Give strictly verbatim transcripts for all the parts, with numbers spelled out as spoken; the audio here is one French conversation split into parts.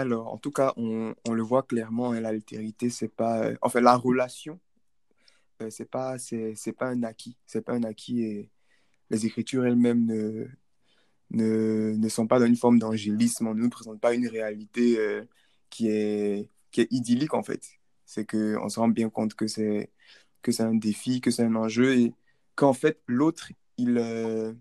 Alors, en tout cas, on, on le voit clairement, hein, l'altérité, c'est pas... euh, enfin, la relation, euh, c'est pas, c'est, c'est pas un acquis. C'est pas un acquis et les Écritures elles-mêmes ne, ne, ne sont pas dans une forme d'angélisme. On ne nous présente pas une réalité euh, qui est, qui est idyllique, en fait. C'est qu'on se rend bien compte que c'est, que c'est un défi, que c'est un enjeu et qu'en fait, l'autre, il... euh,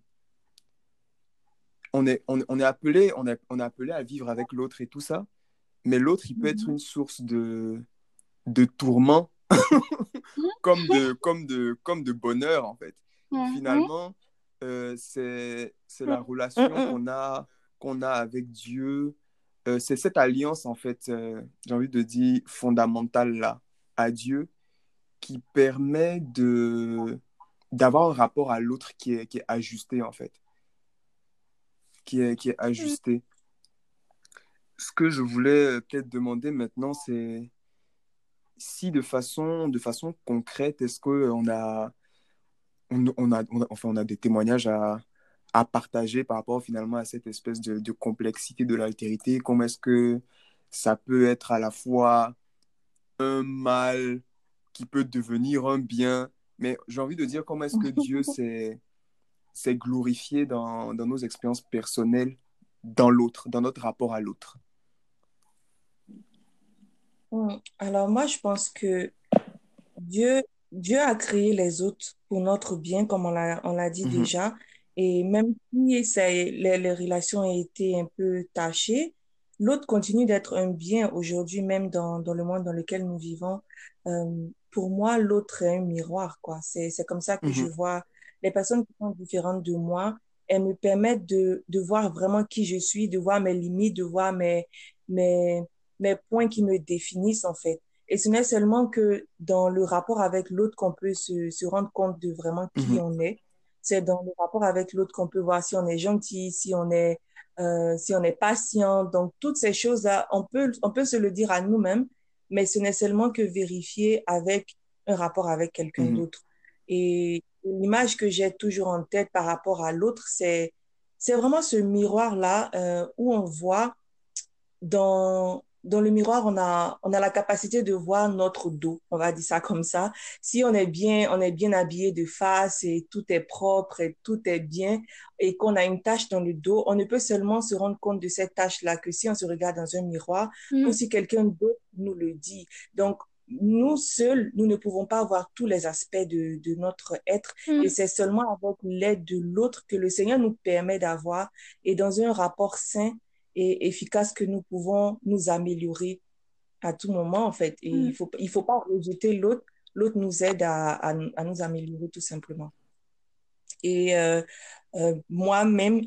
on est, on, on est appelé, on est, on est appelé à vivre avec l'autre et tout ça, mais l'autre, il peut être Mhm. une source de, de tourment comme de, comme de, comme de bonheur, en fait. Mhm. Finalement, euh, c'est, c'est Mhm. la relation Mhm. qu'on a, qu'on a avec Dieu. Euh, c'est cette alliance, en fait, euh, j'ai envie de dire, fondamentale là, à Dieu, qui permet de, d'avoir un rapport à l'autre qui est, qui est ajusté, en fait, qui est, qui est ajusté. Ce que je voulais euh, peut-être demander maintenant, c'est si de façon, de façon concrète, est-ce qu'on a, on, on a, on a- enfin, on a des témoignages à, à partager par rapport finalement à cette espèce de, de complexité de l'altérité? Comment est-ce que ça peut être à la fois un mal qui peut devenir un bien? Mais j'ai envie de dire comment est-ce que Dieu s'est s'est glorifié dans, dans nos expériences personnelles, dans l'autre, dans notre rapport à l'autre. Mhm. Alors moi, je pense que Dieu, Dieu a créé les autres pour notre bien, comme on l'a, on l'a dit Mhm, déjà. Et même si ça, les, les relations ont été un peu tachées, l'autre continue d'être un bien aujourd'hui, même dans, dans le monde dans lequel nous vivons. Euh, pour moi, l'autre est un miroir, quoi. C'est, c'est comme ça que je mhm, vois les personnes qui sont différentes de moi. Elles me permettent de, de voir vraiment qui je suis, de voir mes limites, de voir mes, mes, mes points qui me définissent, en fait. Et ce n'est seulement que dans le rapport avec l'autre qu'on peut se, se rendre compte de vraiment qui mhm, on est. C'est dans le rapport avec l'autre qu'on peut voir si on est gentil, si on est, euh, si on est patient. Donc, toutes ces choses-là, on peut, on peut se le dire à nous-mêmes, mais ce n'est seulement que vérifier avec un rapport avec quelqu'un mhm, d'autre. Et l'image que j'ai toujours en tête par rapport à l'autre, c'est, c'est vraiment ce miroir-là, euh, où on voit dans, dans le miroir, on a, on a la capacité de voir notre dos, on va dire ça comme ça. Si on est bien, on est bien habillé de face et tout est propre et tout est bien et qu'on a une tache dans le dos, on ne peut seulement se rendre compte de cette tache-là que si on se regarde dans un miroir ou Mm, si quelqu'un d'autre nous le dit. Donc, nous seuls, nous ne pouvons pas voir tous les aspects de, de notre être et mm, c'est seulement avec l'aide de l'autre que le Seigneur nous permet d'avoir et dans un rapport sain et efficace que nous pouvons nous améliorer à tout moment, en fait. Et il mm. faut, il faut pas rejeter l'autre. L'autre nous aide à, à, à nous améliorer tout simplement. Et euh, euh, moi-même,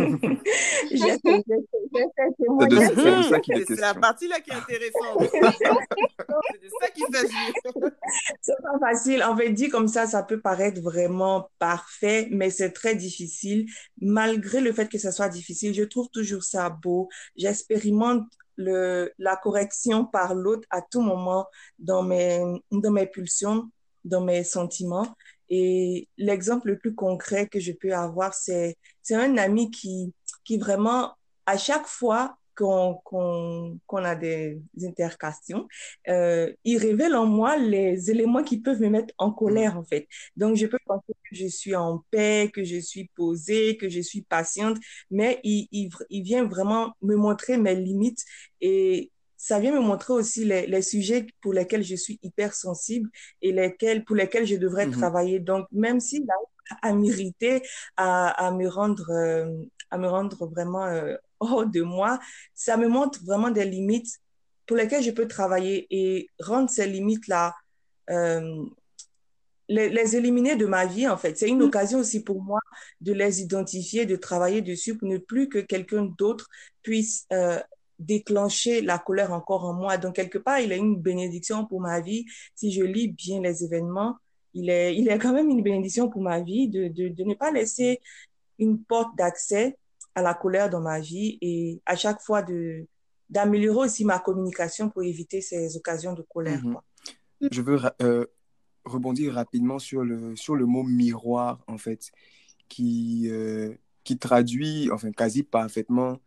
j'ai j'ai- j'ai fait C'est de, témoigner. c'est de ça Mhm. qu'il est C'est c'est la question. partie-là qui est intéressante. C'est de ça qu'il s'agit. C'est pas facile. En fait, dit comme ça, ça peut paraître vraiment parfait, mais c'est très difficile. Malgré le fait que ça soit difficile, je trouve toujours ça beau. J'expérimente le, la correction par l'autre à tout moment dans mes, dans mes pulsions, dans mes sentiments. Et l'exemple le plus concret que je peux avoir, c'est, c'est un ami qui, qui vraiment, à chaque fois qu'on, qu'on, qu'on a des interactions, euh, il révèle en moi les éléments qui peuvent me mettre en Mhm, colère, en fait. Donc, je peux penser que je suis en paix, que je suis posée, que je suis patiente, mais il, il, il vient vraiment me montrer mes limites et ça vient me montrer aussi les, les sujets pour lesquels je suis hypersensible et lesquels, pour lesquels je devrais mhm, travailler. Donc, même s'il a à m'irriter, à, à me rendre, euh, à me rendre vraiment euh, hors de moi, ça me montre vraiment des limites pour lesquelles je peux travailler et rendre ces limites-là, euh, les, les éliminer de ma vie, en fait. C'est une Mm. occasion aussi pour moi de les identifier, de travailler dessus pour ne plus que quelqu'un d'autre puisse euh, déclencher la colère encore en moi. Donc, quelque part, il est une bénédiction pour ma vie. Si je lis bien les événements, il est, il est quand même une bénédiction pour ma vie de, de, de ne pas laisser une porte d'accès à la colère dans ma vie et à chaque fois de d'améliorer aussi ma communication pour éviter ces occasions de colère, mhm. quoi. Je veux ra- euh, rebondir rapidement sur le, sur le mot miroir, en fait, qui, euh, qui traduit, enfin, quasi parfaitement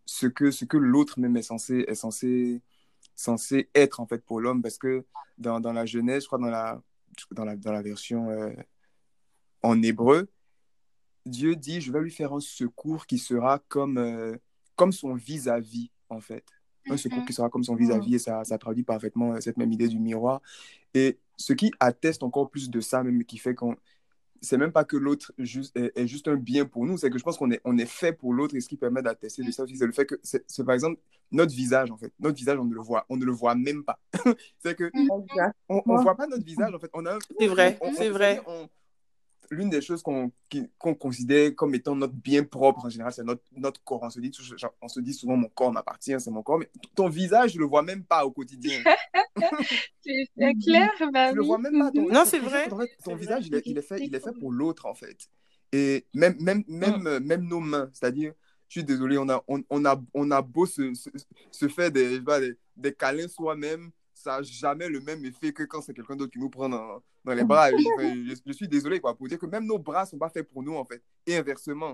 ce que, ce que l'autre même est censé, est censé, censé être en fait pour l'homme. Parce que dans, dans la Genèse, je crois dans la, dans la, dans la version euh, en hébreu, Dieu dit, je vais lui faire un secours qui sera comme, euh, comme son vis-à-vis, en fait. Un secours qui sera comme son vis-à-vis, et ça, ça traduit parfaitement euh, cette même idée du miroir. Et ce qui atteste encore plus de ça, même qui fait qu'on... C'est même pas que l'autre juste, est, est juste un bien pour nous, c'est que je pense qu'on est, on est fait pour l'autre, et ce qui permet d'attester de ça aussi, c'est le fait que, c'est, c'est par exemple, notre visage, en fait. Notre visage, on ne le voit, on ne le voit même pas. C'est que on ne voit pas notre visage, en fait. On a un- C'est vrai, on- on- c'est c'est-à-dire, vrai. on- l'une des choses qu'on qui- qu'on considère comme étant notre bien propre en général, c'est notre, notre corps. On se dit, toujours- genre, on se dit souvent, mon corps m'appartient, c'est mon corps, mais t- ton visage, je ne le vois même pas au quotidien. C'est c'est clair, bah Tu le oui. vois même pas. Ton, Non, ton- c'est ton- vrai. ton- ton C'est vrai. visage, il est, il est fait, il est fait pour l'autre, en fait. Et même, même, même, euh, même nos mains, c'est-à-dire, je suis désolé, on a, on, on a, on a beau se, se, se faire des, je sais pas, des, des câlins soi-même, ça n'a jamais le même effet que quand c'est quelqu'un d'autre qui nous prend dans, dans les bras. Je, enfin, je- je suis désolé, quoi, pour dire que même nos bras ne sont pas faits pour nous, en fait. Et inversement.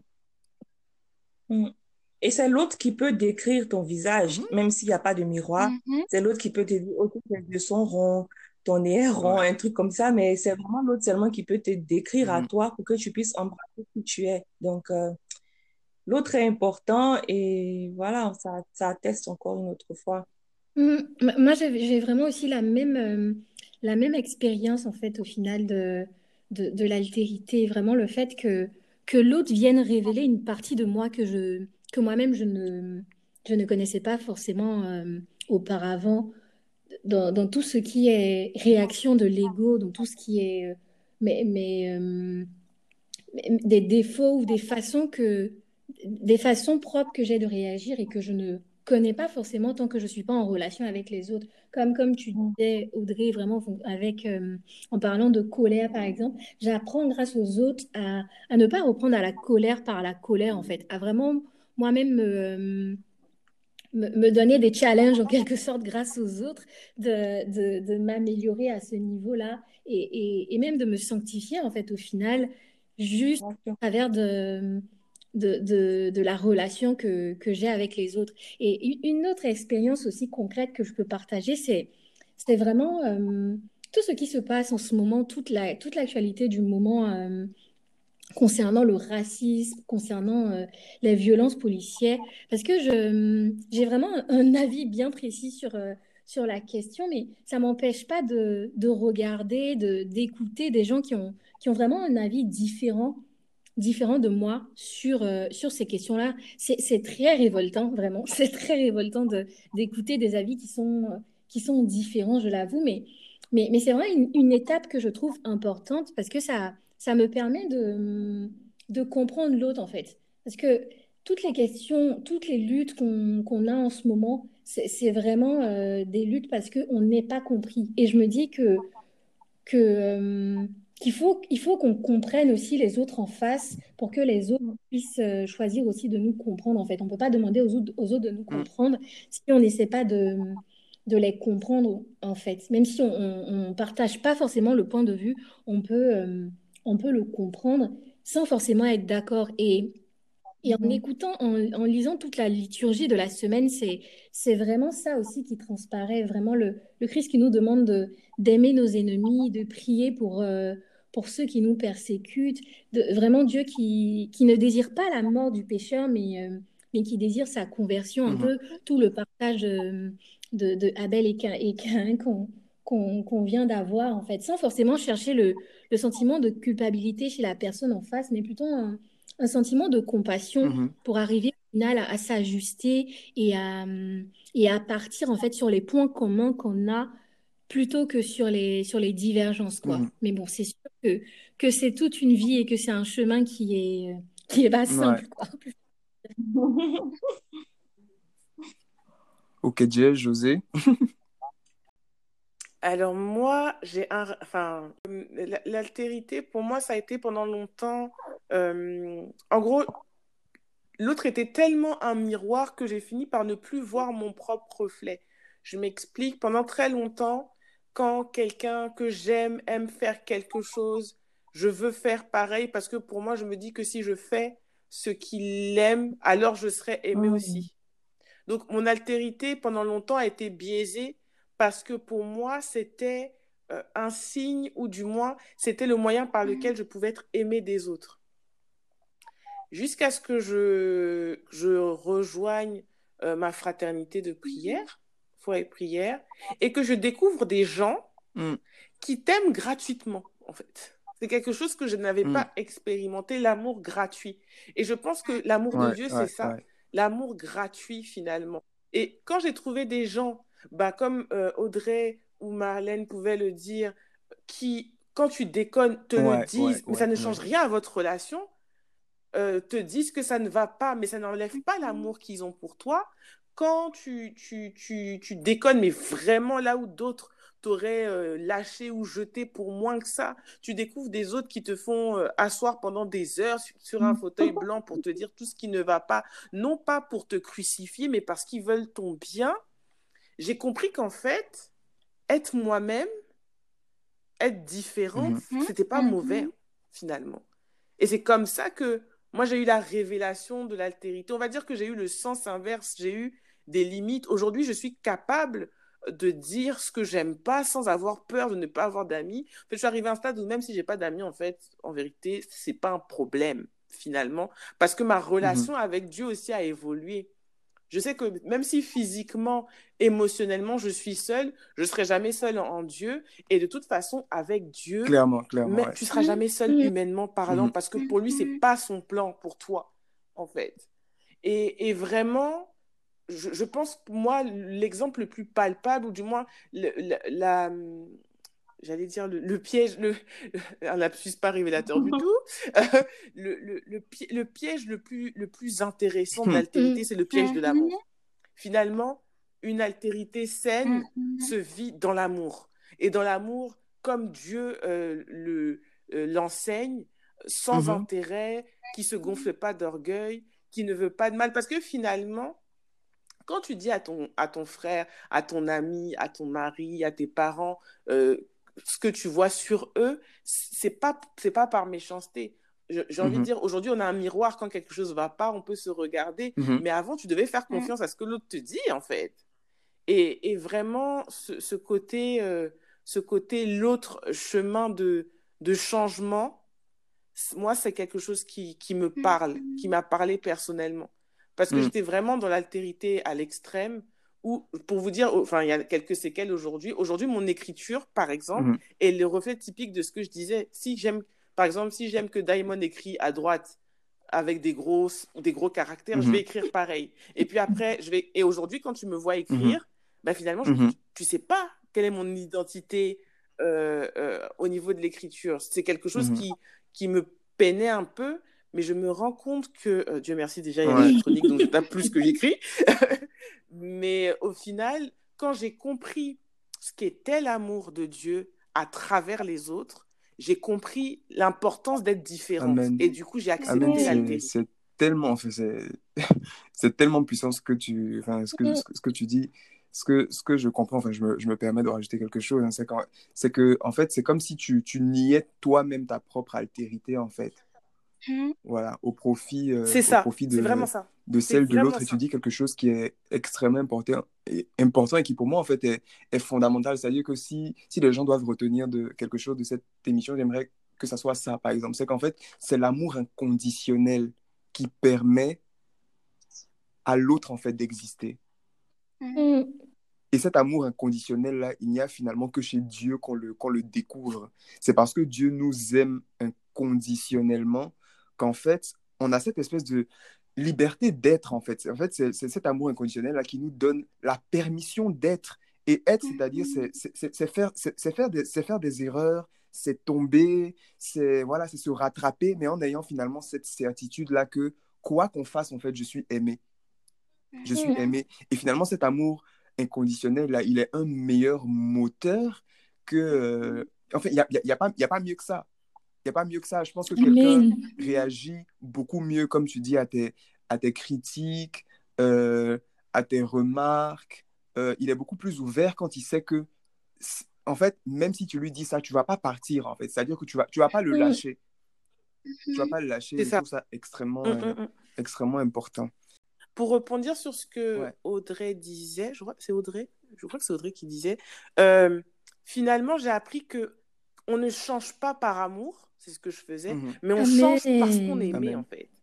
Mm. Et c'est l'autre qui peut décrire ton visage, Mhm. même s'il n'y a pas de miroir. Mhm. C'est l'autre qui peut te dire, ok, tes yeux sont ronds, ton nez est rond, Ouais. un truc comme ça, mais c'est vraiment l'autre seulement qui peut te décrire à Mhm. toi pour que tu puisses embrasser qui tu es. Donc, euh, l'autre est important et voilà, ça, ça atteste encore une autre fois. Mm. M- Moi, j'ai j'ai vraiment aussi la même, euh, la même expérience, en fait, au final, de, de, de l'altérité. Vraiment, le fait que, que l'autre vienne révéler une partie de moi que je, que moi-même, je ne, je ne connaissais pas forcément euh, auparavant, dans, dans tout ce qui est réaction de l'ego, dans tout ce qui est euh, mais, mais, euh, mais- des défauts ou des façons que, des façons propres que j'ai de réagir et que je ne connais pas forcément tant que je suis pas en relation avec les autres. Comme, comme tu Mm. disais, Audrey, vraiment, avec, euh, en parlant de colère, par exemple, j'apprends grâce aux autres à, à ne pas reprendre à la colère par la colère, en fait, à vraiment moi-même me, me, me donner des challenges, en quelque sorte, grâce aux autres, de, de, de m'améliorer à ce niveau-là et, et, et même de me sanctifier, en fait, au final, juste Bien sûr. à travers de, de, de, de la relation que, que j'ai avec les autres. Et une une autre expérience aussi concrète que je peux partager, c'est, c'est vraiment euh, tout ce qui se passe en ce moment, toute la, toute l'actualité du moment euh, concernant le racisme, concernant euh, les violences policières, parce que je, j'ai vraiment un, un avis bien précis sur, euh, sur la question, mais ça m'empêche pas de, de regarder, de, d'écouter des gens qui ont, qui ont vraiment un avis différent différent de moi sur, euh, sur ces questions-là. C'est, c'est très révoltant, vraiment. C'est très révoltant de, d'écouter des avis qui sont, euh, qui sont différents, je l'avoue. Mais, mais, mais c'est vraiment une, une étape que je trouve importante parce que ça, ça me permet de, de comprendre l'autre, en fait. Parce que toutes les questions, toutes les luttes qu'on, qu'on a en ce moment, c'est, c'est vraiment euh, des luttes parce qu'on n'est pas compris. Et je me dis que que, euh, qu'il faut, il faut qu'on comprenne aussi les autres en face pour que les autres puissent euh, choisir aussi de nous comprendre, en fait. On ne peut pas demander aux autres, aux autres de nous Mm. comprendre si on n'essaie pas de, de les comprendre, en fait. Même si on ne partage pas forcément le point de vue, on peut, euh, on peut le comprendre sans forcément être d'accord. Et et en Mhm. écoutant, en, en lisant toute la liturgie de la semaine, c'est, c'est vraiment ça aussi qui transparaît, vraiment le, le Christ qui nous demande de, d'aimer nos ennemis, de prier pour, euh, pour ceux qui nous persécutent, de, vraiment Dieu qui, qui ne désire pas la mort du pécheur, mais, euh, mais qui désire sa conversion, un Mhm. peu tout le partage euh, de, de Abel et Caïn et Caïn qu'on, qu'on, qu'on vient d'avoir, en fait, sans forcément chercher le, le sentiment de culpabilité chez la personne en face, mais plutôt un un sentiment de compassion Mhm. pour arriver au final à, à s'ajuster et à, hum, et à partir en fait sur les points communs qu'on a plutôt que sur les, sur les divergences, quoi. Mhm. Mais bon, c'est sûr que, que c'est toute une vie et que c'est un chemin qui est, euh, qui est pas Ouais. simple, quoi. Ok, Jay, José. Alors moi, j'ai un... Enfin, euh, la- l'altérité, pour moi, ça a été pendant longtemps... euh, En gros, l'autre était tellement un miroir que j'ai fini par ne plus voir mon propre reflet. Je m'explique, pendant très longtemps, quand quelqu'un que j'aime aime faire quelque chose, je veux faire pareil parce que pour moi, je me dis que si je fais ce qu'il aime, alors je serai aimé Mm. aussi. Donc, mon altérité, pendant longtemps, a été biaisée parce que pour moi, c'était euh, un signe, ou du moins, c'était le moyen par lequel je pouvais être aimé des autres. Jusqu'à ce que je, je rejoigne euh, ma fraternité de prière, foi et prière, et que je découvre des gens Mm. qui t'aiment gratuitement, en fait. C'est quelque chose que je n'avais Mm. pas expérimenté, l'amour gratuit. Et je pense que l'amour de Ouais, Dieu, c'est ouais, ça, ouais. l'amour gratuit finalement. Et quand j'ai trouvé des gens, bah, comme euh, Audrey ou Marlène pouvaient le dire, qui, quand tu déconnes, te le Ouais, ouais, disent, mais ça ouais, ne ouais. change rien à votre relation, euh, te disent que ça ne va pas, mais ça n'enlève pas l'amour qu'ils ont pour toi. Quand tu, tu, tu, tu déconnes, mais vraiment là où d'autres t'auraient euh, lâché ou jeté pour moins que ça, tu découvres des autres qui te font euh, asseoir pendant des heures sur, sur un fauteuil blanc pour te dire tout ce qui ne va pas, non pas pour te crucifier, mais parce qu'ils veulent ton bien. J'ai compris qu'en fait, être moi-même, être différente, Mhm. c'était pas mauvais finalement. Et c'est comme ça que moi, j'ai eu la révélation de l'altérité. On va dire que j'ai eu le sens inverse, j'ai eu des limites. Aujourd'hui, je suis capable de dire ce que j'aime pas sans avoir peur de ne pas avoir d'amis. En fait, je suis arrivée à un stade où même si j'ai pas d'amis, en fait, en vérité, c'est pas un problème finalement, parce que ma Mhm. relation avec Dieu aussi a évolué. Je sais que même si physiquement, émotionnellement, je suis seule, je ne serai jamais seule en, en Dieu. Et de toute façon, avec Dieu, Clairement, clairement, mais ouais. tu ne seras jamais seule humainement parlant Mhm. parce que pour lui, ce n'est pas son plan pour toi, en fait. Et, et vraiment, je, je pense, moi, l'exemple le plus palpable, ou du moins, le, la, la- j'allais dire le, le piège, le, un lapsus pas révélateur du tout, euh, le, le, le, pi- le piège le plus, le plus intéressant de l'altérité, c'est le piège de l'amour. Finalement, une altérité saine se vit dans l'amour. Et dans l'amour, comme Dieu euh, le, euh, l'enseigne, sans Mhm. intérêt, qui se gonfle pas d'orgueil, qui ne veut pas de mal. Parce que finalement, quand tu dis à ton, à ton frère, à ton ami, à ton mari, à tes parents, euh, ce que tu vois sur eux, c'est pas, c'est pas par méchanceté. Je- J'ai envie de Mhm. dire, aujourd'hui, on a un miroir, quand quelque chose va pas, on peut se regarder. Mhm. Mais avant, tu devais faire confiance à ce que l'autre te dit, en fait. Et, et vraiment, ce, ce côté, euh, ce côté, l'autre chemin de, de changement, moi, c'est quelque chose qui, qui me parle, qui m'a parlé personnellement. Parce que Mhm. j'étais vraiment dans l'altérité à l'extrême, où, pour vous dire, enfin, il y a quelques séquelles aujourd'hui. Aujourd'hui, mon écriture, par exemple, Mhm. est le reflet typique de ce que je disais. Si j'aime, par exemple, si j'aime que Diamond écrit à droite avec des gros, des gros caractères, je vais Mhm. écrire pareil. Et puis après, je vais... Et aujourd'hui, quand tu me vois Mhm. écrire, ben finalement, je... Mhm. tu sais pas quelle est mon identité euh, euh, au niveau de l'écriture. C'est quelque chose Mhm. qui, qui me peinait un peu, mais je me rends compte que, euh, Dieu merci, déjà, il y a Ouais. l'électronique, donc je tape plus que j'écris. Mais au final, quand j'ai compris ce qu'était l'amour de Dieu à travers les autres, j'ai compris l'importance d'être différente. Amen. Et du coup, j'ai Amen. accepté C'est, l'altérité. c'est tellement, en fait, c'est, c'est tellement puissant ce que tu, enfin, ce que, ce que, ce que tu dis. Ce que, ce que je comprends, enfin, je me, je me permets de rajouter quelque chose, hein, c'est quand, c'est que, en fait, c'est comme si tu, tu niais toi-même ta propre altérité, en fait. Voilà, au profit, euh, C'est au ça, profit c'est vraiment de, ça. de C'est celle de vraiment l'autre, et tu ça. dis quelque chose qui est extrêmement important et, important et qui pour moi en fait est, est fondamental. C'est-à-dire que si, si les gens doivent retenir de quelque chose de cette émission, j'aimerais que ça soit ça, par exemple. C'est qu'en fait, c'est l'amour inconditionnel qui permet à l'autre en fait d'exister. Mm. Et cet amour inconditionnel-là, il n'y a finalement que chez Dieu qu'on le, qu'on le découvre. C'est parce que Dieu nous aime inconditionnellement qu'en fait, on a cette espèce de liberté d'être, en fait. En fait, c'est c'est cet amour inconditionnel-là qui nous donne la permission d'être. Et être, c'est-à-dire, c'est c'est- c'est- c'est faire, c'est c'est faire, des- c'est faire des erreurs, c'est tomber, c'est voilà, c'est se rattraper, mais en ayant finalement cette certitude-là que quoi qu'on fasse, en fait, je suis aimé. Je suis Mm. aimé. Et finalement, cet amour inconditionnel, là, il est un meilleur moteur que... euh, En fait, il n'y a, il y a, il y a pas, il y a pas mieux que ça. Il n'y a pas mieux que ça. Je pense que quelqu'un Amen. réagit beaucoup mieux, comme tu dis, à tes, à tes critiques, euh, à tes remarques. Euh, il est beaucoup plus ouvert quand il sait que, en fait, même si tu lui dis ça, tu ne vas pas partir, en fait. C'est-à-dire que tu ne vas, tu vas pas le Mm. lâcher. Tu vas pas le lâcher. C'est Je ça. trouve ça extrêmement, Mm, euh, mm, mm. extrêmement important. Pour rebondir sur ce que Ouais. Audrey disait, je crois c'est Audrey, je crois que c'est Audrey qui disait, euh, finalement, j'ai appris que on ne change pas par amour, c'est ce que je faisais, Mhm. mais on change parce qu'on Amen. aimait, en Amen. fait.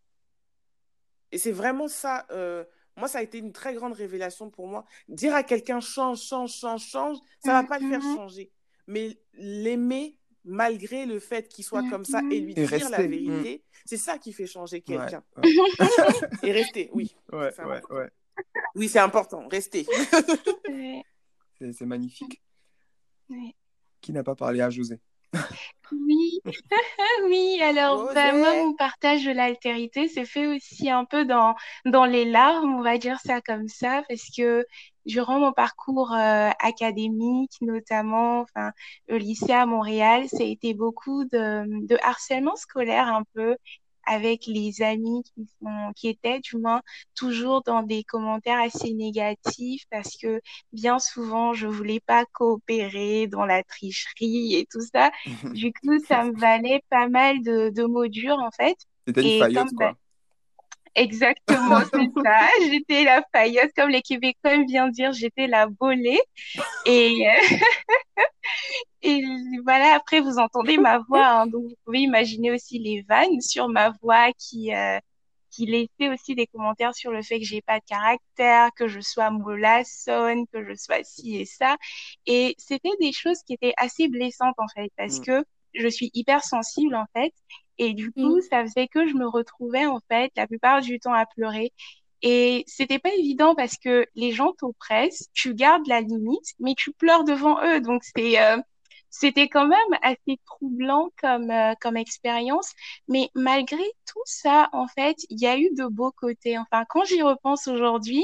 Et c'est vraiment ça. euh, moi, ça a été une très grande révélation pour moi. Dire à quelqu'un change, change, change, change, ça va pas le faire Mhm. changer. Mais l'aimer, malgré le fait qu'il soit comme ça, et lui Et dire la rester. Mm. vérité, c'est ça qui fait changer Ouais, quelqu'un. ouais, Et rester, oui, ouais, c'est ouais, important. ouais. Oui, c'est important, rester. Ouais, C'est c'est magnifique. ouais. Qui n'a pas parlé à José? Oui, oui, alors bah, moi, José! mon partage de l'altérité s'est fait aussi un peu dans, dans les larmes, on va dire ça comme ça, parce que durant mon parcours euh, académique, notamment enfin, au lycée à Montréal, ça a été beaucoup de, de harcèlement scolaire un peu avec les amis qui sont, qui étaient du moins toujours dans des commentaires assez négatifs parce que bien souvent, je voulais pas coopérer dans la tricherie et tout ça. Du coup, ça me valait pas mal de, de mots durs, en fait. C'était une Et comme, faillotte, bah, quoi. exactement, c'est ça. J'étais la faillotte, comme les Québécois aiment bien dire, j'étais la volée. Et, euh, et voilà, après, vous entendez ma voix, hein, donc vous pouvez imaginer aussi les vannes sur ma voix qui, euh, qui laissait aussi des commentaires sur le fait que j'ai pas de caractère, que je sois mollassonne, que je sois ci et ça. Et c'était des choses qui étaient assez blessantes en fait, parce Mm. que je suis hyper sensible en fait. Et du coup, Mm. ça faisait que je me retrouvais en fait la plupart du temps à pleurer. Et c'était pas évident parce que les gens t'oppressent, tu gardes la limite, mais tu pleures devant eux. Donc c'est, euh, c'était quand même assez troublant comme, euh, comme expérience. Mais malgré tout ça, en fait, il y a eu de beaux côtés. Enfin, quand j'y repense aujourd'hui,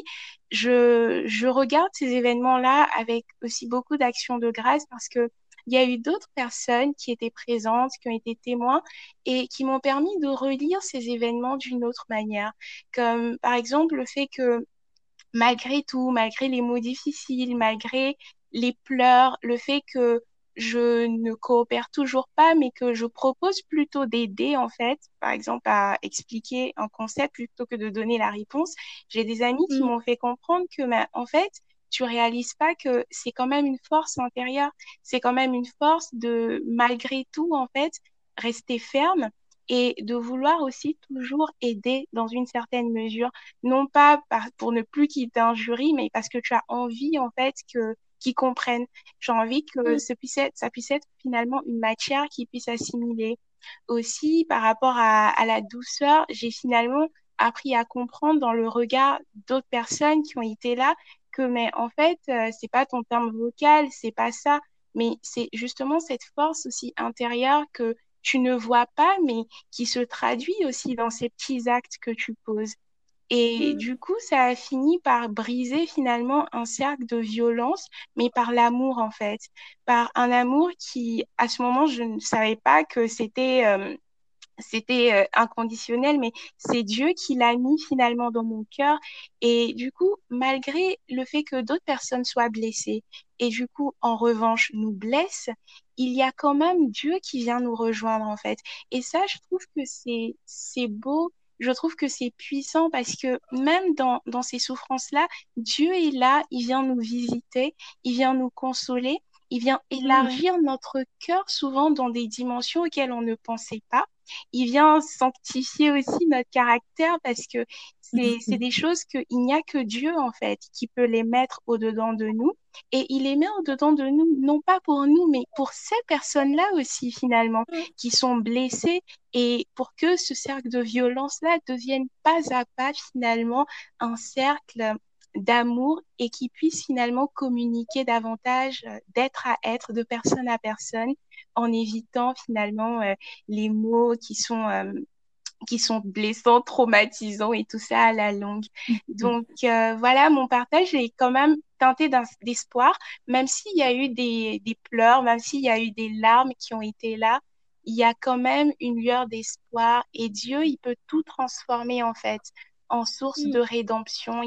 je, je regarde ces événements-là avec aussi beaucoup d'actions de grâce parce que il y a eu d'autres personnes qui étaient présentes, qui ont été témoins et qui m'ont permis de relire ces événements d'une autre manière. Comme par exemple le fait que malgré tout, malgré les mots difficiles, malgré les pleurs, le fait que je ne coopère toujours pas, mais que je propose plutôt d'aider, en fait, par exemple, à expliquer un concept plutôt que de donner la réponse. J'ai des amis qui Mm. m'ont fait comprendre que, ben, en fait, tu réalises pas que c'est quand même une force intérieure, c'est quand même une force de, malgré tout, en fait, rester ferme et de vouloir aussi toujours aider dans une certaine mesure non pas par, pour ne plus qu'ils t'injurient, mais parce que tu as envie, en fait, que, qu'ils comprennent. J'ai envie que Mm. ça puisse être, ça puisse être finalement une matière qu'ils puissent assimiler. Aussi, par rapport à, à la douceur, j'ai finalement appris à comprendre dans le regard d'autres personnes qui ont été là que, mais en fait, euh, c'est pas ton terme vocal, c'est pas ça, mais c'est justement cette force aussi intérieure que tu ne vois pas, mais qui se traduit aussi dans ces petits actes que tu poses. Et Mm. du coup, ça a fini par briser finalement un cercle de violence, mais par l'amour en fait, par un amour qui, à ce moment, je ne savais pas que c'était euh, c'était euh, inconditionnel, mais c'est Dieu qui l'a mis finalement dans mon cœur. Et du coup, malgré le fait que d'autres personnes soient blessées, et du coup, en revanche, nous blessent, il y a quand même Dieu qui vient nous rejoindre en fait. Et ça, je trouve que c'est c'est beau. Je trouve que c'est puissant parce que même dans, dans ces souffrances-là, Dieu est là, il vient nous visiter, il vient nous consoler, il vient Mm. élargir notre cœur souvent dans des dimensions auxquelles on ne pensait pas. Il vient sanctifier aussi notre caractère parce que c'est, c'est des choses qu'il n'y a que Dieu, en fait, qui peut les mettre au-dedans de nous. Et il les met au-dedans de nous, non pas pour nous, mais pour ces personnes-là aussi, finalement, Mm. qui sont blessées et pour que ce cercle de violence-là devienne pas à pas, finalement, un cercle d'amour et qui puisse finalement communiquer davantage euh, d'être à être, de personne à personne, en évitant finalement euh, les mots qui sont, euh, qui sont blessants, traumatisants et tout ça à la longue. Mm. Donc euh, voilà, mon partage est quand même teinté d'un- d'espoir, même s'il y a eu des, des pleurs, même s'il y a eu des larmes qui ont été là, il y a quand même une lueur d'espoir et Dieu, il peut tout transformer en fait en source de Mm. rédemption, il peut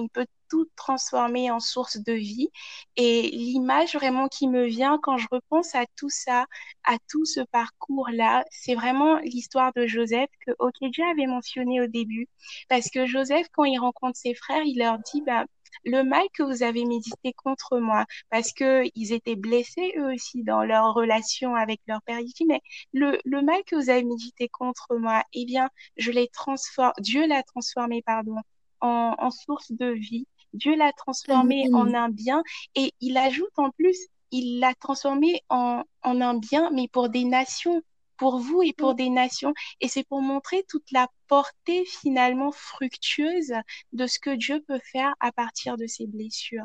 tout transformer en source de vie. Et l'image vraiment qui me vient quand je repense à tout ça, à tout ce parcours-là, c'est vraiment l'histoire de Joseph que Okedja avait mentionné au début. Parce que Joseph, quand il rencontre ses frères, il leur dit, bah, le mal que vous avez médité contre moi, parce que ils étaient blessés eux aussi dans leur relation avec leur père. Il dit, mais le, le mal que vous avez médité contre moi, eh bien, je l'ai transformé, Dieu l'a transformé, pardon, en, en source de vie. Dieu l'a transformé en Amen. un bien et il ajoute en plus, il l'a transformé en, en un bien, mais pour des nations, pour vous et pour des nations. Et c'est pour montrer toute la portée finalement fructueuse de ce que Dieu peut faire à partir de ses blessures.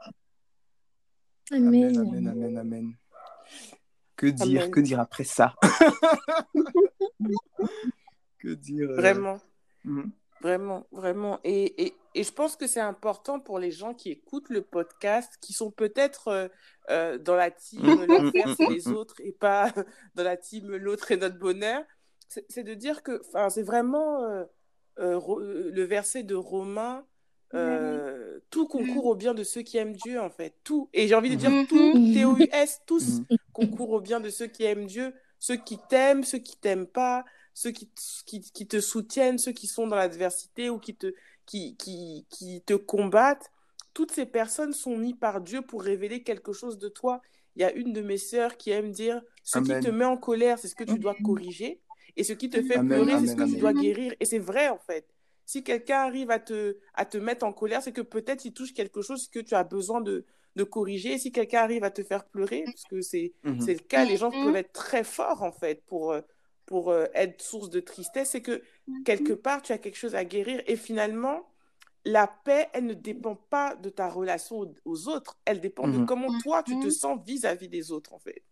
Amen, Amen. amen, amen, amen. Que dire, Amen. que dire après ça? Que dire euh, Vraiment. mhm. Vraiment, vraiment. Et, et, et je pense que c'est important pour les gens qui écoutent le podcast, qui sont peut-être euh, euh, dans la team Mm, l'enfer, mm, c'est mm, les mm. autres, et pas dans la team l'autre et notre bonheur. C'est c'est de dire que, enfin, c'est vraiment euh, euh, Ro- euh, le verset de Romains, euh, tout concourt au bien de ceux qui aiment Dieu, en fait. Tout. Et j'ai envie de dire Mhm, tout, Mhm. T O U S, tous mhm, concourent au bien de ceux qui aiment Dieu, ceux qui t'aiment, ceux qui t'aiment pas, ceux qui, qui, qui te soutiennent, ceux qui sont dans l'adversité ou qui te, qui, qui, qui te combattent. Toutes ces personnes sont mises par Dieu pour révéler quelque chose de toi. Il y a une de mes sœurs qui aime dire, ce qui te Amen, met en colère, c'est ce que tu dois corriger. Et ce qui te fait amen, pleurer, c'est ce amen, que tu amen. dois guérir. Et c'est vrai, en fait. Si quelqu'un arrive à te, à te mettre en colère, c'est que peut-être il touche quelque chose que tu as besoin de, de corriger. Et si quelqu'un arrive à te faire pleurer, parce que c'est, c'est Mhm, le cas, les gens peuvent être très forts, en fait, pour, euh, pour euh, être source de tristesse. C'est que quelque part, tu as quelque chose à guérir. Et finalement, la paix, elle ne dépend pas de ta relation aux, aux autres. Elle dépend de mhm, comment toi, tu te sens vis-à-vis des autres, en fait.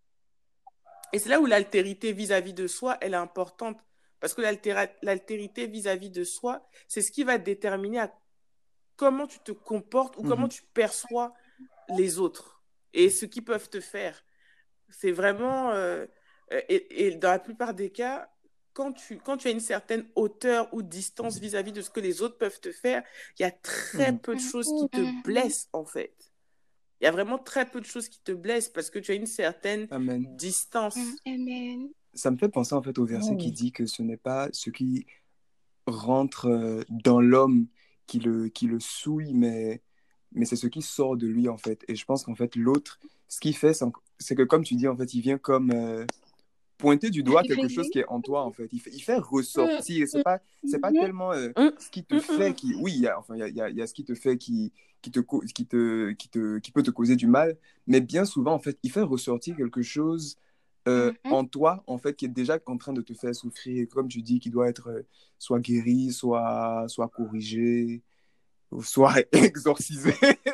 Et c'est là où l'altérité vis-à-vis de soi, elle est importante. Parce que l'altéra- l'altérité vis-à-vis de soi, c'est ce qui va déterminer à comment tu te comportes ou comment mhm. tu perçois les autres et ce qu'ils peuvent te faire. C'est vraiment... euh, et, et dans la plupart des cas, quand tu, quand tu as une certaine hauteur ou distance vis-à-vis de ce que les autres peuvent te faire, il y a très Mhm. peu de choses qui te blessent, en fait. Il y a vraiment très peu de choses qui te blessent parce que tu as une certaine Amen. distance. Amen. Ça me fait penser en fait au verset qui Oh. dit que ce n'est pas ce qui rentre euh, dans l'homme qui le, qui le souille, mais, mais c'est ce qui sort de lui en fait. Et je pense qu'en fait l'autre, ce qu'il fait, c'est en- c'est que comme tu dis, en fait, il vient comme euh, pointer du doigt quelque chose qui est en toi en fait. Il fait, il fait ressortir. C'est pas, c'est pas tellement euh, Hum, ce qui te hum, fait hum. qui, oui, il y a, enfin, il y a, il y a- il y a ce qui te fait qui, qui te, cau- qui te, qui te, qui peut te causer du mal, mais bien souvent en fait, il fait ressortir quelque chose euh, en toi, en fait, qui est déjà en train de te faire souffrir, et comme tu dis, qui doit être euh, soit guéri, soit, soit corrigé, ou soit exorcisé.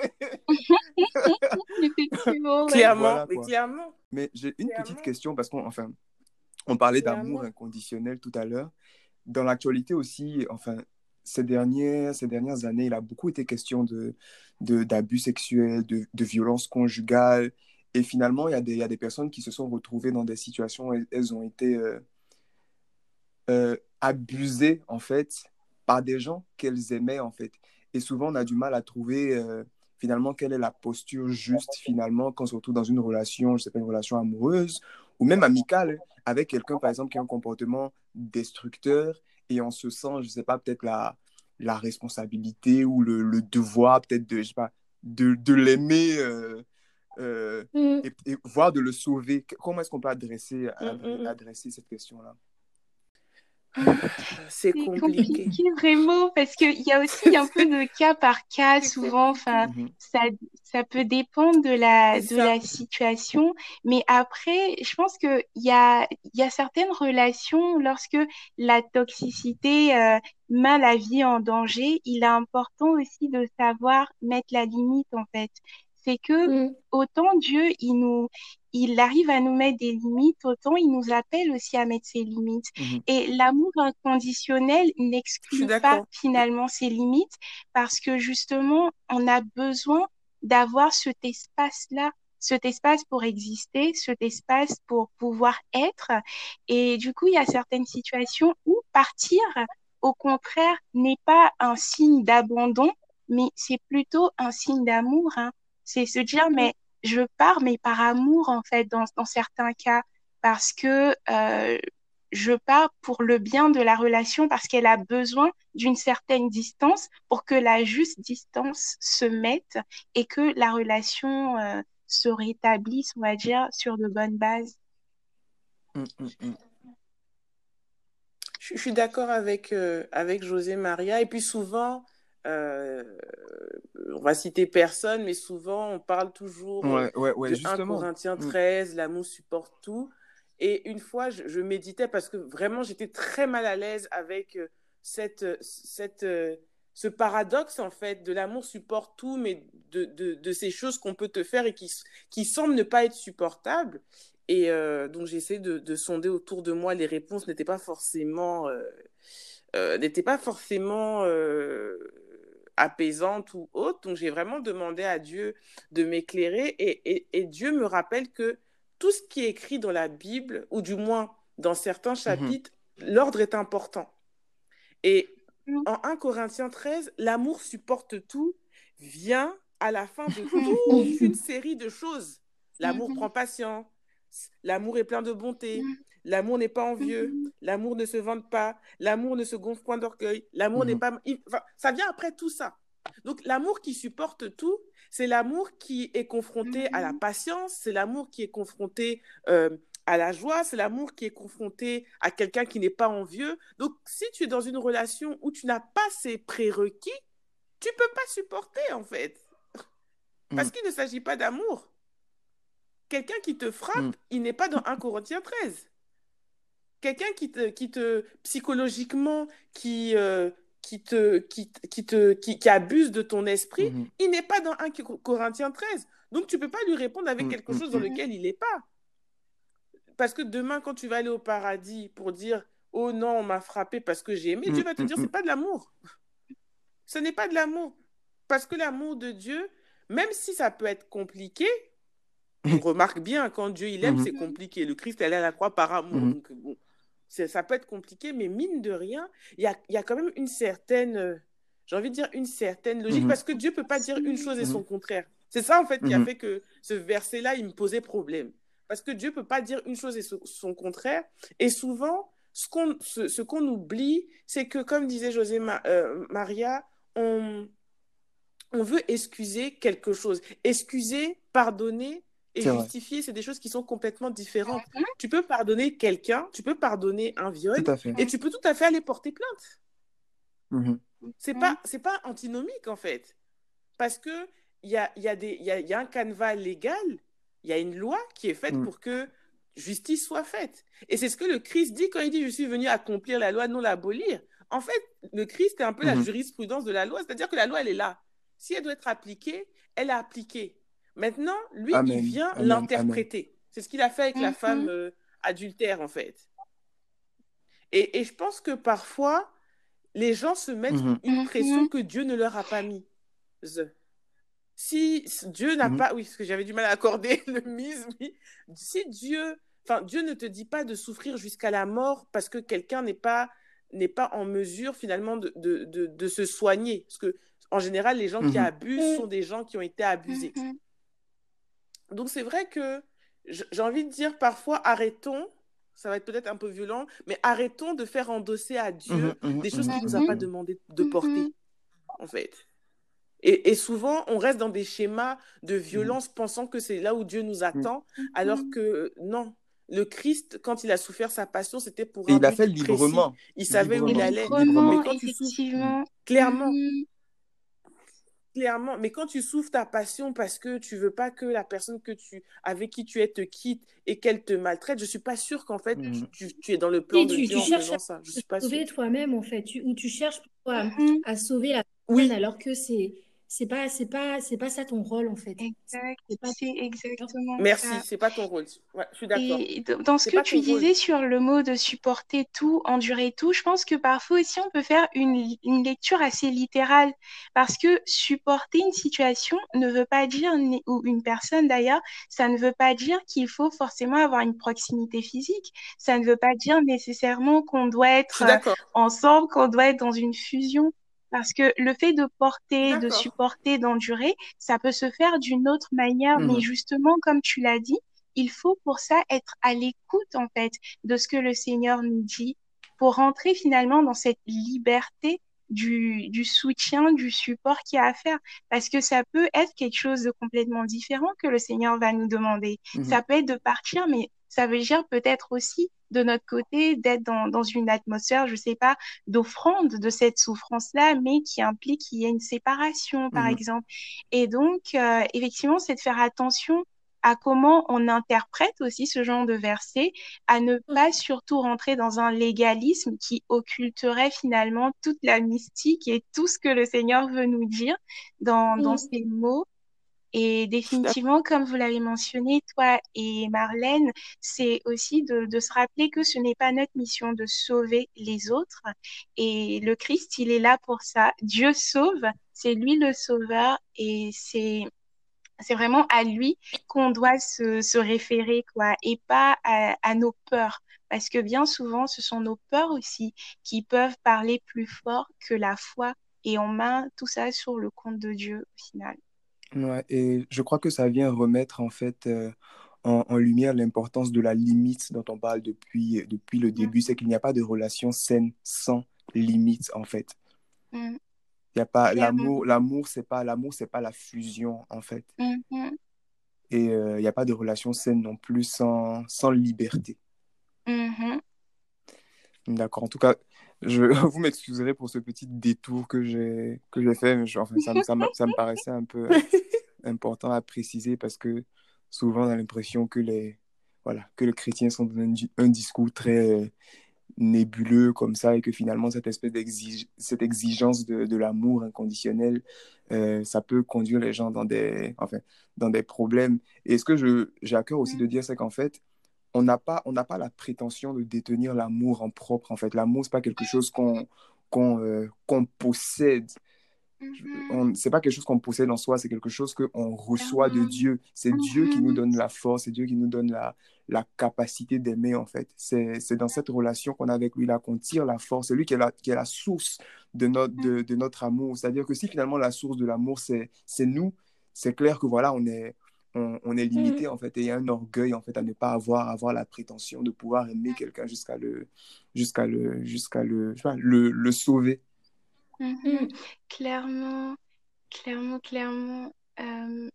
Effectivement, ouais. Clairement, Voilà mais quoi. clairement, Mais j'ai une petite clairement, question, parce qu'on enfin, on parlait d'amour clairement. inconditionnel tout à l'heure. Dans l'actualité aussi, enfin, ces dernières, ces dernières années, il a beaucoup été question de, de, d'abus sexuels, de, de violences conjugales. Et finalement, il y a des, il y a des personnes qui se sont retrouvées dans des situations où elles, elles ont été euh, euh, abusées, en fait, par des gens qu'elles aimaient, en fait. Et souvent, on a du mal à trouver, euh, finalement, quelle est la posture juste, finalement, quand on se retrouve dans une relation, je sais pas, une relation amoureuse ou même amicale, avec quelqu'un, par exemple, qui a un comportement destructeur et on se sent, je sais pas, peut-être la, la responsabilité ou le, le devoir, peut-être, de, je sais pas, de, de l'aimer euh, euh, Mm. et, et voire de le sauver. Comment est-ce qu'on peut adresser, Hum, hum, hum. adresser cette question-là? C'est C'est compliqué. compliqué vraiment parce qu'il y a aussi un peu de cas par cas C'est souvent. Enfin, compliqué. Mhm, ça, ça peut dépendre de la, C'est de ça. la situation. Mais après, je pense qu'il y a, il y a certaines relations, lorsque la toxicité euh, met la vie en danger, il est important aussi de savoir mettre la limite en fait. C'est que Mm. autant Dieu, il nous, il arrive à nous mettre des limites, autant il nous appelle aussi à mettre ses limites. mhm, Et l'amour inconditionnel Je suis n'exclut pas d'accord. finalement ces limites parce que justement, on a besoin d'avoir cet espace-là, cet espace pour exister, cet espace pour pouvoir être. Et du coup, il y a certaines situations où partir, au contraire, n'est pas un signe d'abandon, mais c'est plutôt un signe d'amour, hein. C'est se dire, mais je pars, mais par amour, en fait, dans, dans certains cas, parce que euh, je pars pour le bien de la relation, parce qu'elle a besoin d'une certaine distance pour que la juste distance se mette et que la relation euh, se rétablisse, on va dire, sur de bonnes bases. Mm, mm, mm. Je, je suis d'accord avec, euh, avec José Maria. Et puis souvent, euh, on va citer personne, mais souvent on parle toujours euh, Ouais, ouais, ouais, de un justement. Corinthiens Mm. treize, l'amour supporte tout. Et une fois, je, je méditais parce que vraiment j'étais très mal à l'aise avec euh, cette, cette, euh, ce paradoxe en fait de l'amour supporte tout, mais de, de, de ces choses qu'on peut te faire et qui, qui semblent ne pas être supportables. Et euh, donc j'ai essayé de, de sonder autour de moi. Les réponses n'étaient pas forcément, euh, euh, n'étaient pas forcément euh, apaisantes ou autres. Donc j'ai vraiment demandé à Dieu de m'éclairer. Et, et, et Dieu me rappelle que tout ce qui est écrit dans la Bible, ou du moins dans certains Mhm. chapitres, l'ordre est important. Et Mm. en un Corinthiens treize, l'amour supporte tout, vient à la fin de Mhm. toute une série de choses. L'amour Mhm. prend patience, l'amour est plein de bonté, Mhm. l'amour n'est pas envieux, Mhm. l'amour ne se vante pas, l'amour ne se gonfle point d'orgueil, l'amour n'est Mhm. pas... Enfin, ça vient après tout ça. Donc l'amour qui supporte tout, c'est l'amour qui est confronté à la Mhm. patience, c'est l'amour qui est confronté euh, à la joie, c'est l'amour qui est confronté à quelqu'un qui n'est pas envieux. Donc si tu es dans une relation où tu n'as pas ces prérequis, tu ne peux pas supporter en fait. Parce Mm. qu'il ne s'agit pas d'amour. Quelqu'un qui te Mm. frappe, il n'est pas dans un Corinthiens treize. Quelqu'un qui te, qui te psychologiquement, qui, euh, qui, te, qui, qui, te, qui, qui abuse de ton esprit, Mhm. il n'est pas dans un Corinthiens treize. Donc tu ne peux pas lui répondre avec Mm, quelque mm, chose dans mm. lequel il n'est pas. Parce que demain, quand tu vas aller au paradis pour dire « Oh non, on m'a frappé parce que j'ai aimé », Mm, Dieu va te mm, dire « C'est mm. pas de l'amour ». Ce n'est pas de l'amour. Parce que l'amour de Dieu, même si ça peut être compliqué, on remarque bien, quand Dieu il aime, Mhm. c'est compliqué. Le Christ est allé à la croix par amour. Mhm. Donc, bon, c'est- ça peut être compliqué, mais mine de rien, il y a, il y a quand même une certaine, euh, j'ai envie de dire une certaine logique, Mhm. parce que Dieu ne peut pas dire une chose et son Mhm. contraire. C'est ça, en fait, qui a Mhm. fait que ce verset-là, il me posait problème. Parce que Dieu ne peut pas dire une chose et so- son contraire. Et souvent, ce qu'on ce, ce qu'on oublie, c'est que, comme disait José Ma- euh, Maria, on, on veut excuser quelque chose. Excuser, pardonner et C'est vrai. justifier, c'est des choses qui sont complètement différentes. Tu peux pardonner quelqu'un, tu peux pardonner un viol, Tout à fait. et tu peux tout à fait aller porter plainte. Mhm. C'est Mhm. pas, c'est pas antinomique, en fait. Parce que il y a, y, a des, y, a, y a un canevas légal, il y a une loi qui est faite Mm. pour que justice soit faite. Et c'est ce que le Christ dit quand il dit « Je suis venu accomplir la loi, non l'abolir ». En fait, le Christ est un peu la Mhm. jurisprudence de la loi, c'est-à-dire que la loi, elle est là. Si elle doit être appliquée, elle est appliquée. Maintenant, lui, il Amen. vient Amen. Amen. l'interpréter. C'est ce qu'il a fait avec la femme Mhm. euh, adultère, en fait. Et, et je pense que parfois, les gens se mettent Mhm. une pression Mhm. que Dieu ne leur a pas mise. Si Dieu n'a Mhm. pas, oui, parce que j'avais du mal à accorder le mise, oui. Si Dieu, enfin, Dieu ne te dit pas de souffrir jusqu'à la mort parce que quelqu'un n'est pas, n'est pas en mesure finalement de, de, de, de se soigner. Parce que, en général, les gens qui Mhm. abusent sont des gens qui ont été abusés. Mhm. Donc, c'est vrai que j'ai envie de dire parfois, arrêtons, ça va être peut-être un peu violent, mais arrêtons de faire endosser à Dieu Mhm. des choses Mhm. qu'il ne nous a Mhm. pas Mhm. demandé de Mhm. porter, en fait. Et, et souvent, on reste dans des schémas de Mhm. violence pensant que c'est là où Dieu nous Mhm. attend, alors que non. Le Christ, quand il a souffert sa passion, c'était pour Et un il a fait but précis. librement. Il savait où il Librement. allait. Mais Librement. Librement, quand tu souffres, Mhm. effectivement. clairement, Mhm. clairement, mais quand tu souffres ta passion parce que tu veux pas que la personne que tu, avec qui tu es te quitte et qu'elle te maltraite, je suis pas sûre qu'en fait, Mhm. tu, tu es dans le plan Et de tu, Dieu tu en cherches à faisant ça. Je te suis pas sûre. sauver toi-même, en fait, tu, ou tu cherches plutôt à, Mhm. à sauver la personne Oui, alors que c'est c'est pas, c'est pas, c'est pas ça ton rôle, en fait. C'est Exact, c'est pas c'est exactement merci, ça. c'est pas ton rôle. Ouais, je suis d'accord. Et d- dans ce C'est que pas tu ton rôle. disais sur le mot de supporter tout, endurer tout, je pense que parfois aussi on peut faire une, li- une lecture assez littérale parce que supporter une situation ne veut pas dire, né- ou une personne d'ailleurs, ça ne veut pas dire qu'il faut forcément avoir une proximité physique. Ça ne veut pas dire nécessairement qu'on doit Je être suis euh, d'accord. ensemble, qu'on doit être dans une fusion. Parce que le fait de porter, de D'accord. supporter, d'endurer, ça peut se faire d'une autre manière. Mais Mhm. justement, comme tu l'as dit, il faut pour ça être à l'écoute, en fait, de ce que le Seigneur nous dit pour rentrer finalement dans cette liberté du, du soutien, du support qu'il y a à faire. Parce que ça peut être quelque chose de complètement différent que le Seigneur va nous demander. Mhm. Ça peut être de partir, mais ça veut dire peut-être aussi de notre côté d'être dans, dans une atmosphère, je sais pas, d'offrande de cette souffrance-là, mais qui implique qu'il y ait une séparation, par Mhm. exemple. Et donc, euh, effectivement, c'est de faire attention à comment on interprète aussi ce genre de verset, à ne pas surtout rentrer dans un légalisme qui occulterait finalement toute la mystique et tout ce que le Seigneur veut nous dire dans, dans Mm. ces mots. Et Je suis d'accord. définitivement, comme vous l'avez mentionné, toi et Marlène, c'est aussi de, de se rappeler que ce n'est pas notre mission de sauver les autres. Et le Christ, il est là pour ça. Dieu sauve, c'est lui le sauveur et c'est c'est vraiment à lui qu'on doit se, se référer, quoi, et pas à, à nos peurs. Parce que bien souvent, ce sont nos peurs aussi qui peuvent parler plus fort que la foi. Et on met tout ça sur le compte de Dieu au final. Ouais, et je crois que ça vient remettre en fait euh, en, en lumière l'importance de la limite dont on parle depuis, depuis le Mm, début. C'est qu'il n'y a pas de relation saine sans limite en fait. mm, Il y a pas clairement. l'amour, l'amour c'est pas l'amour c'est pas la fusion en fait. Mm, mm, Et euh, il n'y a pas de relation saine non plus sans, sans liberté. mhm. D'accord. En tout cas, je, vous m'excuserez pour ce petit détour que j'ai que j'ai fait. Mais je- enfin, ça, me- ça, me- ça me paraissait un peu euh, important à préciser parce que souvent on a l'impression que les voilà que les chrétiens sont dans un, di- un discours très euh, nébuleux comme ça et que finalement cette espèce d'exige cette exigence de, de l'amour inconditionnel euh, ça peut conduire les gens dans des enfin dans des problèmes. Et ce que je j'ai à cœur aussi de dire c'est qu'en fait on n'a pas, on n'a pas la prétention de détenir l'amour en propre, en fait. L'amour, c'est pas quelque chose qu'on qu'on euh, qu'on possède. Mhm. On, c'est pas quelque chose qu'on possède en soi, c'est quelque chose qu'on reçoit de Clairement. Dieu. C'est Dieu qui nous Mhm. donne la force, c'est Dieu qui nous donne la, la capacité d'aimer, en fait. C'est, c'est dans cette relation qu'on a avec lui là qu'on tire la force. C'est lui qui est la, qui est la source de notre, de, de notre amour. C'est-à-dire que si finalement la source de l'amour, c'est, c'est nous, c'est clair que voilà, on est, on, on est Mm. limité, en fait. Et il y a un orgueil, en fait, à ne pas avoir, avoir la prétention de pouvoir aimer quelqu'un jusqu'à le, jusqu'à le, jusqu'à le, je sais pas, le, le sauver. Mhm. Mm. Clairement, clairement, clairement. Euh,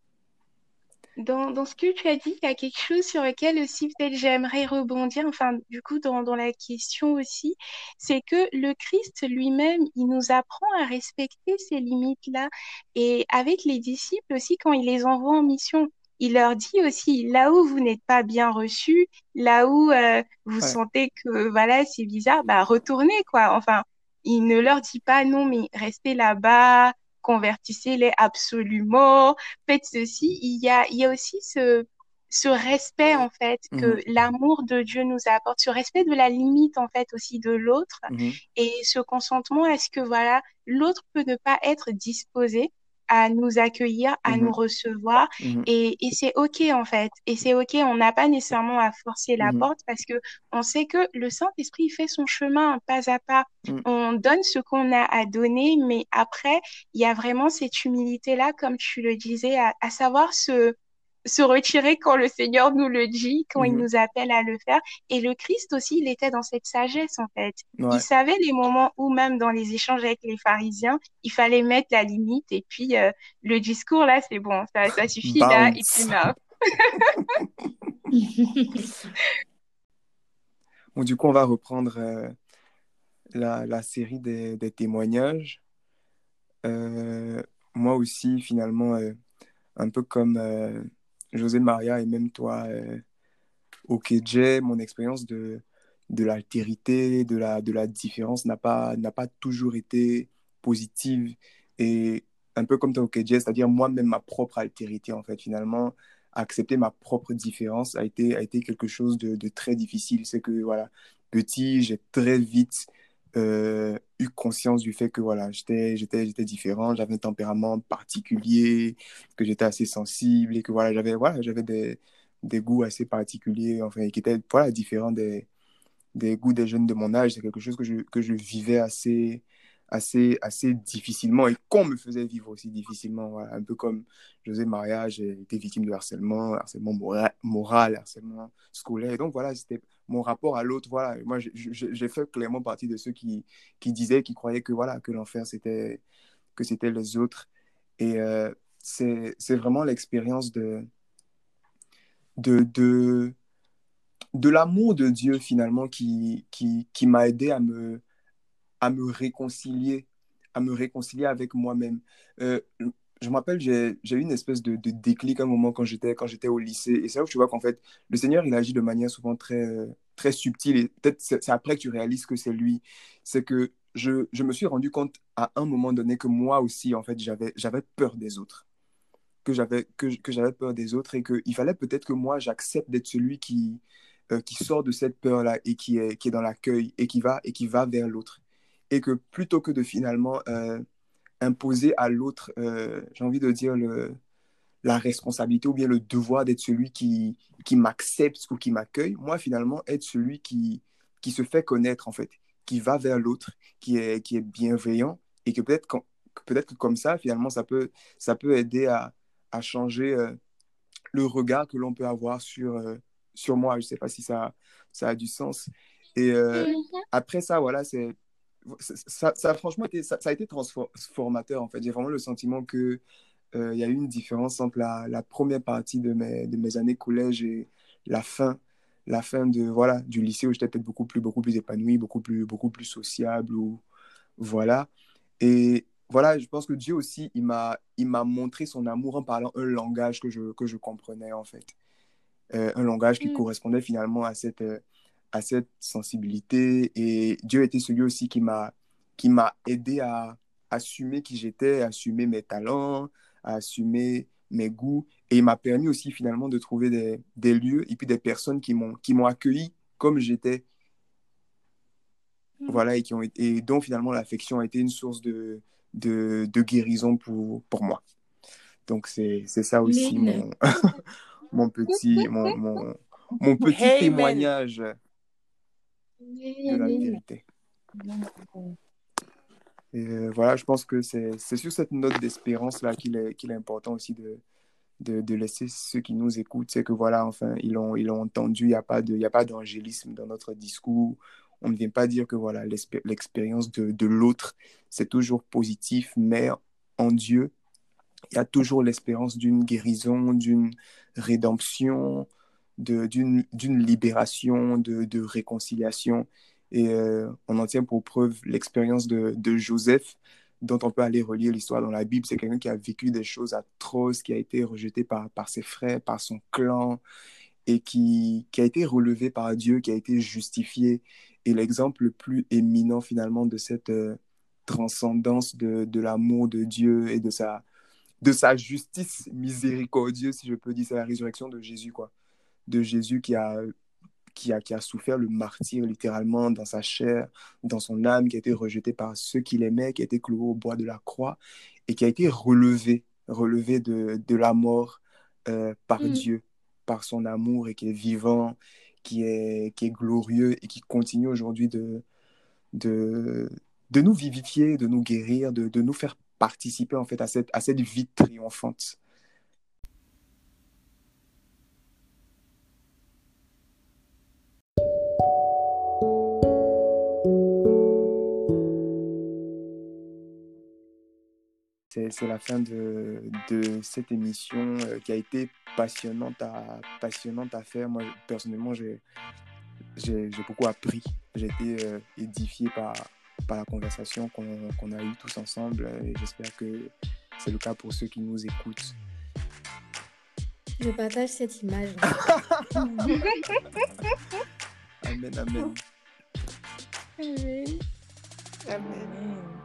Dans, dans ce que tu as dit, il y a quelque chose sur lequel aussi peut-être j'aimerais rebondir, enfin du coup dans, dans la question aussi, c'est que le Christ lui-même, il nous apprend à respecter ces limites-là. Et avec les disciples aussi, quand il les envoie en mission, il leur dit aussi, là où vous n'êtes pas bien reçus, là où euh, vous Ouais. sentez que voilà, c'est bizarre, bah retournez quoi. Enfin, il ne leur dit pas non, mais restez là-bas, convertissez-les absolument, faites ceci. Il y a, il y a aussi ce, ce respect, en fait, Mhm, que l'amour de Dieu nous apporte, ce respect de la limite, en fait, aussi de l'autre, mhm, et ce consentement à ce que, voilà, l'autre peut ne pas être disposé à nous accueillir, à nous mhm, recevoir, mhm, et, et c'est OK, en fait. Et c'est OK, on n'a pas nécessairement à forcer la mhm, porte parce que on sait que le Saint-Esprit il fait son chemin pas à pas. mhm. On donne ce qu'on a à donner, mais après, il y a vraiment cette humilité-là, comme tu le disais, à, à savoir se, se retirer quand le Seigneur nous le dit, quand il Mhm. nous appelle à le faire. Et le Christ aussi, il était dans cette sagesse, en fait. Il Ouais. savait les moments où, même dans les échanges avec les pharisiens, il fallait mettre la limite. Et puis, euh, le discours, là, c'est bon, ça, ça suffit, là, it's Bounce. enough. Bon, du coup, on va reprendre euh, la, la série des, des témoignages. Euh, Moi aussi, finalement, euh, un peu comme euh, José Maria et même toi, euh, Okedje, mon expérience de, de l'altérité, de la, de la différence n'a pas, n'a pas toujours été positive. Et un peu comme toi, Okedje, c'est-à-dire moi-même, ma propre altérité, en fait, finalement, accepter ma propre différence a été, a été quelque chose de, de très difficile. C'est que, voilà, petit, j'ai très vite euh, eu conscience du fait que, voilà, j'étais, j'étais, j'étais différent, j'avais un tempérament particulier, que j'étais assez sensible et que, voilà, j'avais, voilà, j'avais des des goûts assez particuliers, enfin, qui étaient voilà, différents des, des goûts des jeunes de mon âge. C'est quelque chose que je, que je vivais assez, assez, assez difficilement et qu'on me faisait vivre aussi difficilement. Voilà. Un peu comme José Maria, j'ai été victime de harcèlement, harcèlement mora- moral, harcèlement scolaire. Et donc voilà, c'était mon rapport à l'autre. Voilà. Moi, j'ai j'ai fait clairement partie de ceux qui, qui disaient, qui croyaient que, voilà, que l'enfer, c'était que c'était les autres. Et euh, c'est c'est vraiment l'expérience de, de, de, de l'amour de Dieu finalement qui, qui, qui m'a aidé à me, à me réconcilier, à me réconcilier avec moi-même. Euh, je me rappelle, j'ai, j'ai eu une espèce de, de déclic à un moment quand j'étais, quand j'étais au lycée. Et c'est là où tu vois qu'en fait, le Seigneur, il agit de manière souvent très, euh, très subtile. Et peut-être c'est, c'est après que tu réalises que c'est lui. C'est que je, je me suis rendu compte à un moment donné que moi aussi, en fait, j'avais, j'avais peur des autres. Que j'avais, que, que j'avais peur des autres et qu'il fallait peut-être que moi, j'accepte d'être celui qui, euh, qui sort de cette peur-là et qui est, qui est dans l'accueil et qui va, et qui va vers l'autre. Et que plutôt que de finalement euh, imposer à l'autre, euh, j'ai envie de dire, le, la responsabilité ou bien le devoir d'être celui qui, qui m'accepte ou qui m'accueille, moi, finalement, être celui qui, qui se fait connaître, en fait, qui va vers l'autre, qui est, qui est bienveillant et que peut-être quand- que peut-être que comme ça, finalement, ça peut, ça peut aider à, à changer euh, le regard que l'on peut avoir sur, euh, sur moi. Je ne sais pas si ça, ça a du sens. Et euh, Mhm. après ça, voilà, c'est, ça, ça a franchement été, ça, ça a été transformateur, en fait. J'ai vraiment le sentiment que euh, il y a eu une différence entre la, la première partie de mes, de mes années collège et la fin, la fin de, voilà, du lycée où j'étais peut-être beaucoup plus, beaucoup plus épanoui, beaucoup plus, beaucoup plus sociable. Ou, voilà. Et voilà, je pense que Dieu aussi, il m'a, il m'a montré son amour en parlant un langage que je, que je comprenais, en fait. Euh, un langage qui Mm. correspondait finalement à cette, euh, à cette sensibilité. Et Dieu était celui aussi qui m'a, qui m'a aidé à assumer qui j'étais, à assumer mes talents, à assumer mes goûts. Et il m'a permis aussi finalement de trouver des, des lieux et puis des personnes qui m'ont, qui m'ont accueilli comme j'étais. Mm. Voilà, et, qui ont été, et dont finalement l'affection a été une source de, de, de guérison pour, pour moi. Donc c'est, c'est ça aussi Amen. mon, mon petit, mon, mon, mon petit Amen. témoignage de la Amen. vérité. Et euh, voilà, je pense que c'est, c'est sur cette note d'espérance-là qu'il est, qu'il est important aussi de, de, de laisser ceux qui nous écoutent. C'est que voilà, enfin, ils l'ont, ils l'ont entendu, il n'y a pas de, il y a pas d'angélisme dans notre discours. On ne vient pas dire que voilà, l'expé- l'expérience de, de l'autre, c'est toujours positif, mais en Dieu, il y a toujours l'espérance d'une guérison, d'une rédemption, de, d'une, d'une libération, de, de réconciliation. Et euh, on en tient pour preuve l'expérience de, de Joseph, dont on peut aller relire l'histoire dans la Bible. C'est quelqu'un qui a vécu des choses atroces, qui a été rejeté par, par ses frères, par son clan, et qui, qui a été relevé par Dieu, qui a été justifié. Et l'exemple le plus éminent finalement de cette euh, transcendance de, de l'amour de Dieu et de sa de sa justice miséricordieuse, si je peux dire, c'est la résurrection de Jésus, quoi. De Jésus qui a, qui a, qui a souffert le martyre littéralement dans sa chair, dans son âme, qui a été rejeté par ceux qu'il aimait, qui a été cloué au bois de la croix et qui a été relevé, relevé de, de la mort euh, par Mm. Dieu, par son amour et qui est vivant, qui est, qui est glorieux et qui continue aujourd'hui de, de, de nous vivifier, de nous guérir, de, de nous faire participer en fait à cette, à cette vie triomphante. C'est, c'est la fin de, de cette émission euh, qui a été passionnante à, passionnante à faire. Moi, personnellement, j'ai, j'ai, j'ai beaucoup appris. J'ai été euh, édifié par, par la conversation qu'on, qu'on a eue tous ensemble et j'espère que c'est le cas pour ceux qui nous écoutent. Je partage cette image. Amen, amen. Amen. Amen.